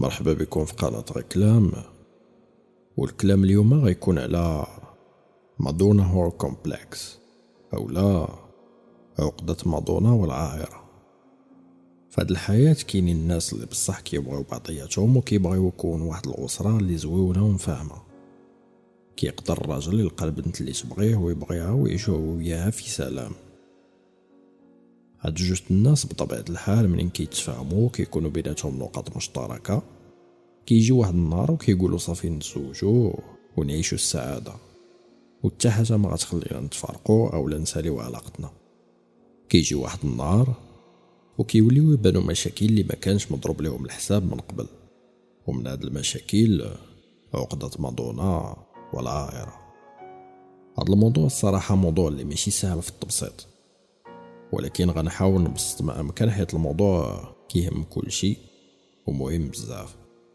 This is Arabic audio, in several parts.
مرحبا بكم في قناة غكلام. والكلام اليوم غيكون على مادونا هور كومبلكس أو لا عقدة مادونا والعاهرة. فهاد الحياة كاينين الناس اللي بصح كيبغيو بعضياتهم وكيبغيو يكون واحد الأسرة اللي زويونة ومفاهمة. كيقدر الراجل يلقى البنت اللي تبغيه ويبغيها ويعيشوا وياها في سلام. هاد جوج الناس بطبيعة الحال منين كيتفاهموا كيكونوا بيناتهم نقاط مشتركة، كيجي واحد النهار وكيقولوا صافي نتزوجوا ونعيشوا السعادة وحتى حاجة ما غتخلينا نتفارقوا أو نساليو علاقتنا. كيجي واحد النهار وكيوليو يبانوا مشاكل اللي ما كانش مضروب لهم الحساب من قبل، ومن هاد المشاكل عقدة مادونا والعاهرة. هاد الموضوع الصراحة موضوع اللي ماشي سهل في التبسيط، ولكن غنحاول نبسط ما امكن حيت الموضوع كيهم كل شيء ومهم بزاف.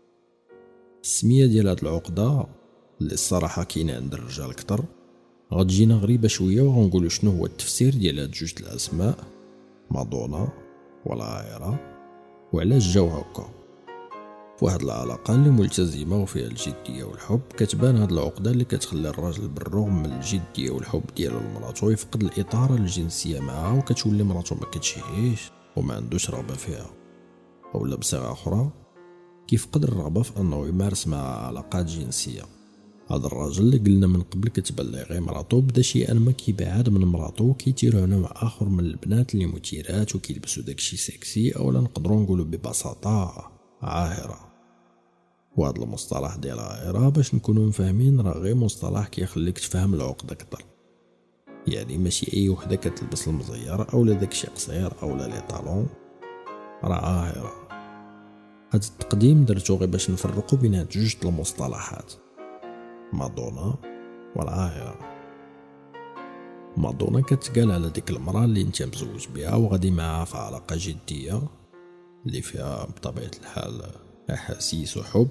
السمية ديال هاد العقدة اللي الصراحة كاينة عند الرجال كتر غتجينا غريبة شوية، وغنقولوا شنو هو التفسير ديال هاد جوج الاسماء مادونا والعاهرة وعلاش جاو هكا. فواحد العلاقة اللي ملتزمة وفيها الجدية والحب كتبان هاد العقدة اللي كتخلي الراجل بالرغم من الجدية والحب ديالو لمراتو يفقد الإطارة الجنسية معها، وكتولي مراتو ما كتشهيش وما عندوش رغبة فيها، أولا بصيغة أخرى كيفقد الرغبة في أنه يمارس معها علاقات جنسية. هذا الراجل اللي قلنا من قبل كتبان ليه غير مراتو بدا شيئا ما كيبعد من مراتو وكيتيرو نوع آخر من البنات اللي مثيرات وكيلبسوا داكشي سكسي، أولا نقدروا نقولوا ببساطة عاهرة. وهذا المصطلح ديال عاهرة باش نكونوا مفاهمين راه غير مصطلح كيخليك تفهم العقدة اكثر. يعني ماشي اي وحده كتلبس المزير اولا داكشي قصير اولا لي طالون راه عاهرة. هذا التقديم درتو غير باش نفرقوا بين هاد جوج المصطلحات مادونا والعاهرة. مادونا كتقال على ديك المرأة اللي انت مزوج بها وغادي معها في علاقة جدية اللي فيها بطبيعة الحال احاسيس وحب.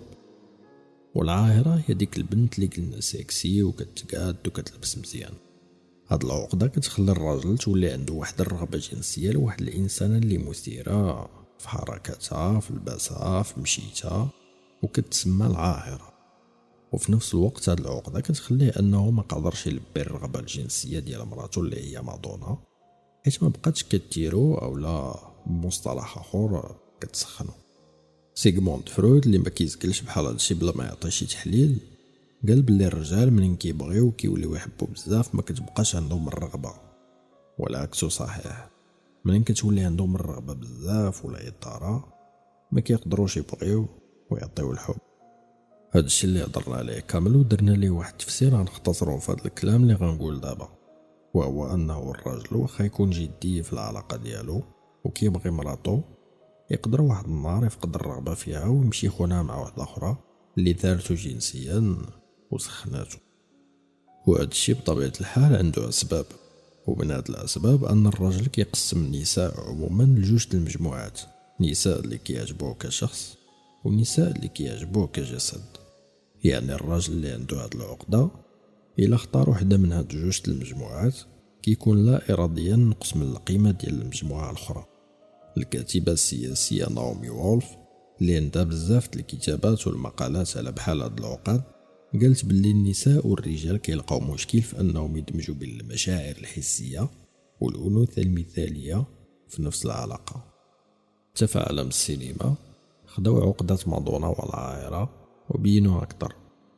والعاهرة هي ديك البنت اللي قلنا سيكسي وكتقاد وكتلبس مزيان. هاد العقدة كتخلي الراجل تولي عنده واحد الرغبة جنسية لواحد الإنسانة اللي مثيرة في حركاتها في لباسها في مشيتها وكتسمى العاهرة. وفي نفس الوقت هاد العقدة كتخليه أنه ما قدرش يلبي الرغبة الجنسية ديال مراتو اللي هي مادونا، حيت ما بقاتش كتيرو أولا بمصطلح آخر كتسخنو. سيغموند فرويد اللي ما كيزكلش بحال هادشي بلا ما يعطي شي تحليل قال بلي الرجال منين كيبغيو كيوليو يحبوا بزاف ما كتبقاش عندهم الرغبه، والعكس صحيح. منين كتولي عندهم الرغبه بزاف ولا اطاره ما كيقدروش يبغيو ويعطيو الحب. هادشي اللي هضرنا عليه كامل ودرنا ليه واحد التفسير غنختصروا في هذا الكلام اللي غنقول دابا، وهو انه الراجل واخا يكون جدي في العلاقه ديالو وكيبغي مراتو يقدر واحد النهار يفقد الرغبة فيها ويمشي يخونها مع واحدة أخرى اللي ثارته جنسيا وسخناتو. وهذا الشيء بطبيعة الحال عنده أسباب، ومن هذه الأسباب أن الرجل كيقسم النساء عموما لجوج المجموعات: نساء اللي كيعجبوه كشخص ونساء اللي كيعجبوه كجسد. يعني الرجل اللي عنده هذه العقدة إلا اختار وحدة من هاد جوج المجموعات كيكون لا إراديا نقص من القيمة ديال المجموعة الأخرى. الكاتبة السياسية ناومي وولف اللي عندها بزاف الكتابات والمقالات على بحال هاد العقد قالت باللي النساء والرجال كيلقاو مشكل في انهم يدمجوا بين المشاعر الحسية والأنوثة المثالية في نفس العلاقة. حتى في عالم السينما خداو عقدة مادونا والعاهرة وبينوها أكثر.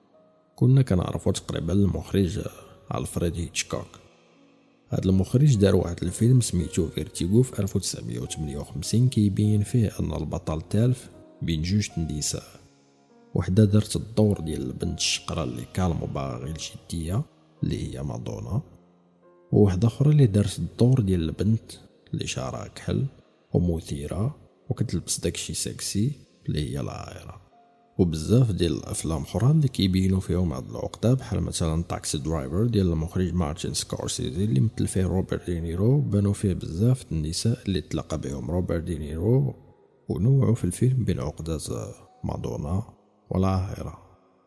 كنا كنعرفوا تقريبا المخرج ألفريد هيتشكوك. هذا المخرج دار واحد الفيلم سميتو فيرتيغو في 1958 كيبين فيه ان البطل تالف بين جوج النساء، وحده دارت الدور ديال البنت الشقراء اللي كالم وباغي الجديه اللي هي مادونا، وواحده اخرى اللي دارت الدور ديال البنت اللي شعرها كحل ومثيره وكتلبس داكشي سكسي اللي هي العاهرة. وبزاف ديال الافلام اخرى اللي كيبينوا فيهم هاد العقده بحال مثلا تاكسي درايفر ديال المخرج مارتن سكورسيزي اللي مثل فيه روبرت دينيرو، بانوا فيه بزاف النساء اللي تلاقى بهم روبرت دينيرو ونوعوا في الفيلم بين عقدة مادونا والعاهرة.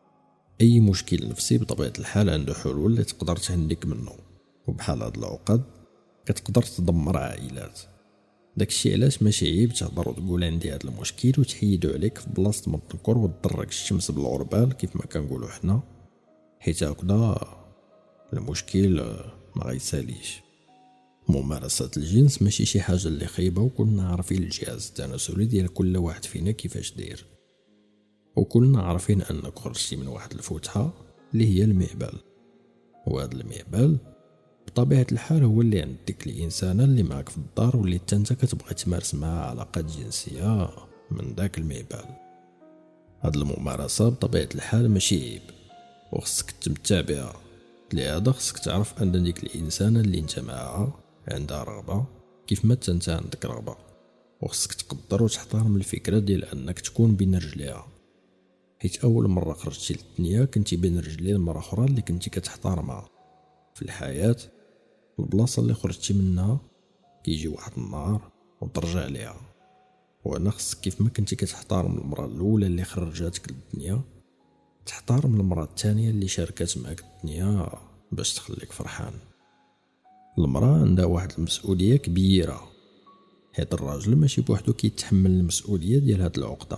اي مشكل نفسي بطبيعه الحال عنده حلول اللي تقدر تهنيك منه، وبحال هاد العقد كتقدر تدمر عائلات. داكشي علاش ماشي عيب تهضر وتقول عندي هذا المشكل وتحيدو عليك في بلاصه ما تنكر وتضرك الشمس بالغربال كيف ما كنقولوا حنا، حيت هكذا المشكل ما غيساليش. ممارسة الجنس ماشي شي حاجة اللي خايبة، وكلنا عارفين الجهاز التناسلي ديال كل واحد فينا كيفاش داير، وكلنا عارفين انك خرجتي من واحد الفتحة اللي هي المهبل، وهذا المهبل بطبيعة الحال هو اللي عند ديك الانسانة اللي معك في الدار واللي انت كتبغي تمارس معها علاقات جنسية من داك المهبل. هاد الممارسة بطبيعة الحال ماشي عيب وخصك تمتع بها، لهذا خصك تعرف ان ديك الانسانة اللي انت معها عندها رغبة كيف ما انت عندك رغبة، وخصك تقدر وتحترم الفكرة ديال انك تكون بين رجليها، حيت اول مرة خرجتي للدنيا كنتي بين رجلين مرة اخرى اللي كنتي كتحترمها في الحياة. البلاصة اللي خرجتي منها كيجي واحد النهار وترجع ليها، وانا خصك كيف ما كنتي كتحترم المرأة الاولى اللي خرجاتك للدنيا تحترم المرأة الثانية اللي شاركات معك الدنيا باش تخليك فرحان. المرأة عندها واحد المسؤولية كبيرة، حيت الراجل ماشي بوحدو كيتحمل المسؤولية ديال هاد العقدة.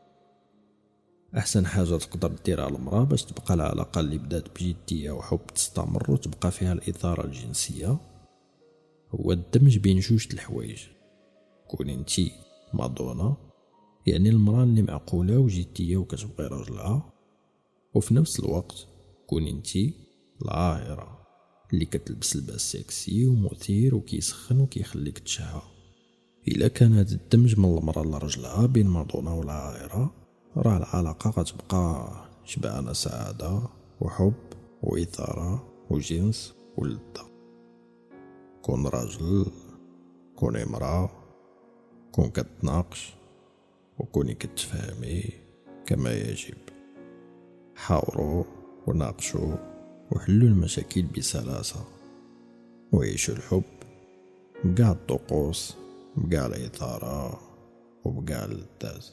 احسن حاجة تقدر ديرها المرأة باش تبقى العلاقة اللي بدات بجدية وحب تستمر وتبقى فيها الإثارة الجنسية هو الدمج بين جوج الحوايج. كوني انتي مادونا، يعني المرأة اللي معقولة وجدية وكتبغي راجلها، وفي نفس الوقت كوني انتي العاهرة اللي كتلبس لباس سيكسي ومثير وكيسخن وكيخليك تشهى. إلا كان هذا الدمج من المرأة لرجلها بين مادونا والعاهرة، راه العلاقة غتبقى شبعانة سعادة وحب وإثارة وجنس ولذة. كون راجل، كوني مرأة، كون كتناقش وكوني كتفهمي كما يجب. حاوروا وناقشوا وحلوا المشاكل بسلاسة، وعيشوا الحب بقاع الطقوس، بقاع الإثارة وبقاع اللذات.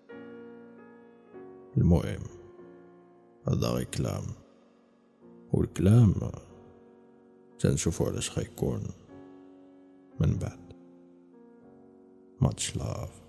المهم هذا غير كلام، والكلام تنشوفوا علاش غيكون من بعد. Much love.